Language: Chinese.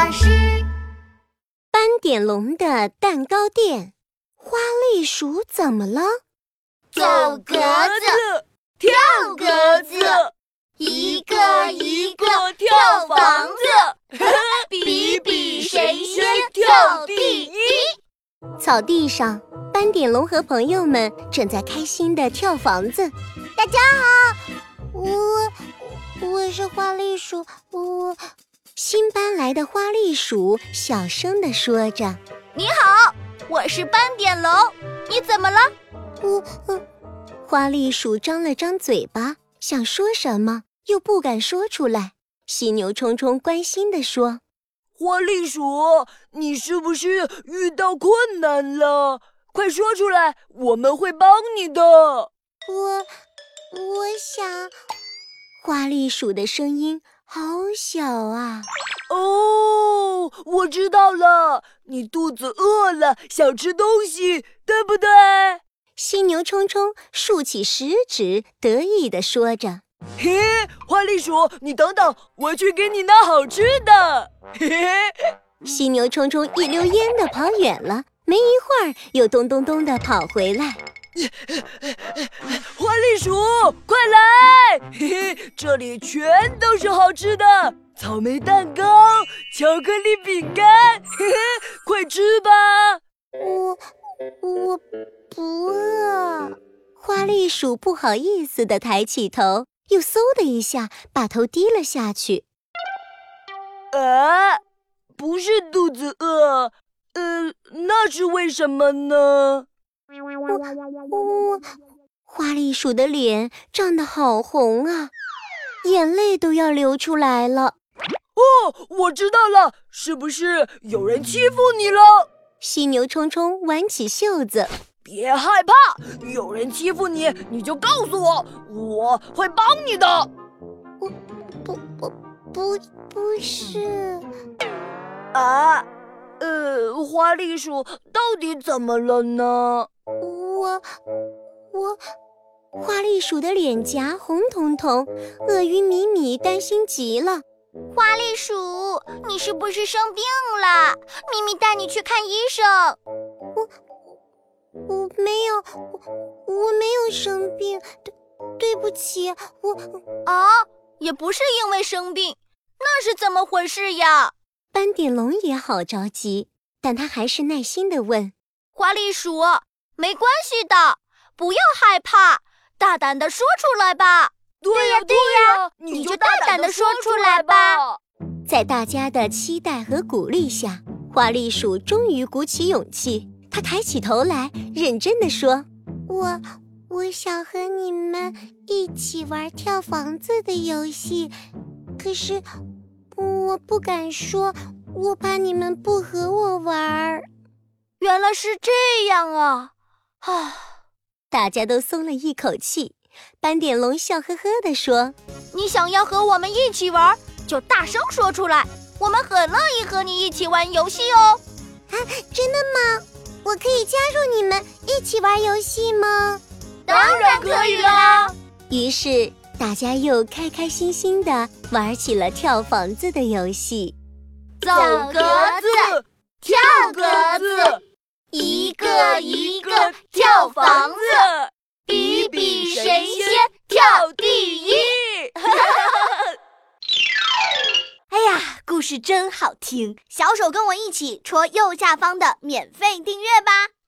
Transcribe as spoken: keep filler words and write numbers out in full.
老师。 斑点龙的蛋糕店，花栗鼠怎么了？ 走格子，跳格子，一个一个跳房子，比比谁先跳第一。 草地上，斑点龙和朋友们正在开心地跳房子。 大家好，我我是花栗鼠，我新搬来的花栗鼠小声地说着：“ 你好，我是斑点龙，你怎么了？” 我、呃、花栗鼠张了张嘴巴，想说什么，又不敢说出来。犀牛冲冲关心地说：“ 花栗鼠，你是不是遇到困难了？快说出来，我们会帮你的。” 我我想， 花栗鼠的声音好小啊。 哦，我知道了，你肚子饿了，想吃东西，对不对？ 犀牛冲冲竖起食指，得意地说着：“ 嘿，花栗鼠，你等等，我去给你拿好吃的。”嘿嘿。 犀牛冲冲一溜烟地跑远了，没一会儿又咚咚咚地跑回来。 花栗鼠，快来！嘿嘿，这里全都是好吃的，草莓蛋糕、巧克力饼干，嘿嘿，快吃吧！ 我我不饿。 花栗鼠不好意思地抬起头，又嗖的一下把头低了下去。 啊，不是肚子饿，呃，那是为什么呢？ 我我花栗鼠的脸涨得好红啊，眼泪都要流出来了。 哦，我知道了，是不是有人欺负你了？ 犀牛冲冲挽起袖子， 别害怕，有人欺负你，你就告诉我，我会帮你的。 我不不不不是啊，呃，花栗鼠到底怎么了呢？ 我我花栗鼠的脸颊红彤彤，鳄鱼米米担心极了。 花栗鼠，你是不是生病了？咪咪带你去看医生。 我我没有，我我没有生病，对对不起，我啊，也不是因为生病，那是怎么回事呀？ 斑点龙也好着急，但他还是耐心地问：“ 花栗鼠，没关系的，不要害怕，大胆地说出来吧。” 对呀对呀， 你就大胆地说出来吧。 在大家的期待和鼓励下，花栗鼠终于鼓起勇气，他抬起头来，认真地说：“ 我我想和你们一起玩跳房子的游戏，可是我不敢说，我怕你们不和我玩。” 原来是这样啊！啊， 大家都松了一口气。斑点龙笑呵呵地说：“ 你想要和我们一起玩，就大声说出来，我们很乐意和你一起玩游戏哦。” 啊，真的吗？我可以加入你们一起玩游戏吗？ 当然可以啦！ 于是大家又开开心心地玩起了跳房子的游戏。 走格子，跳格子，一个一个跳房子，比比谁先跳第一。 哎呀，故事真好听，小手跟我一起戳右下方的免费订阅吧。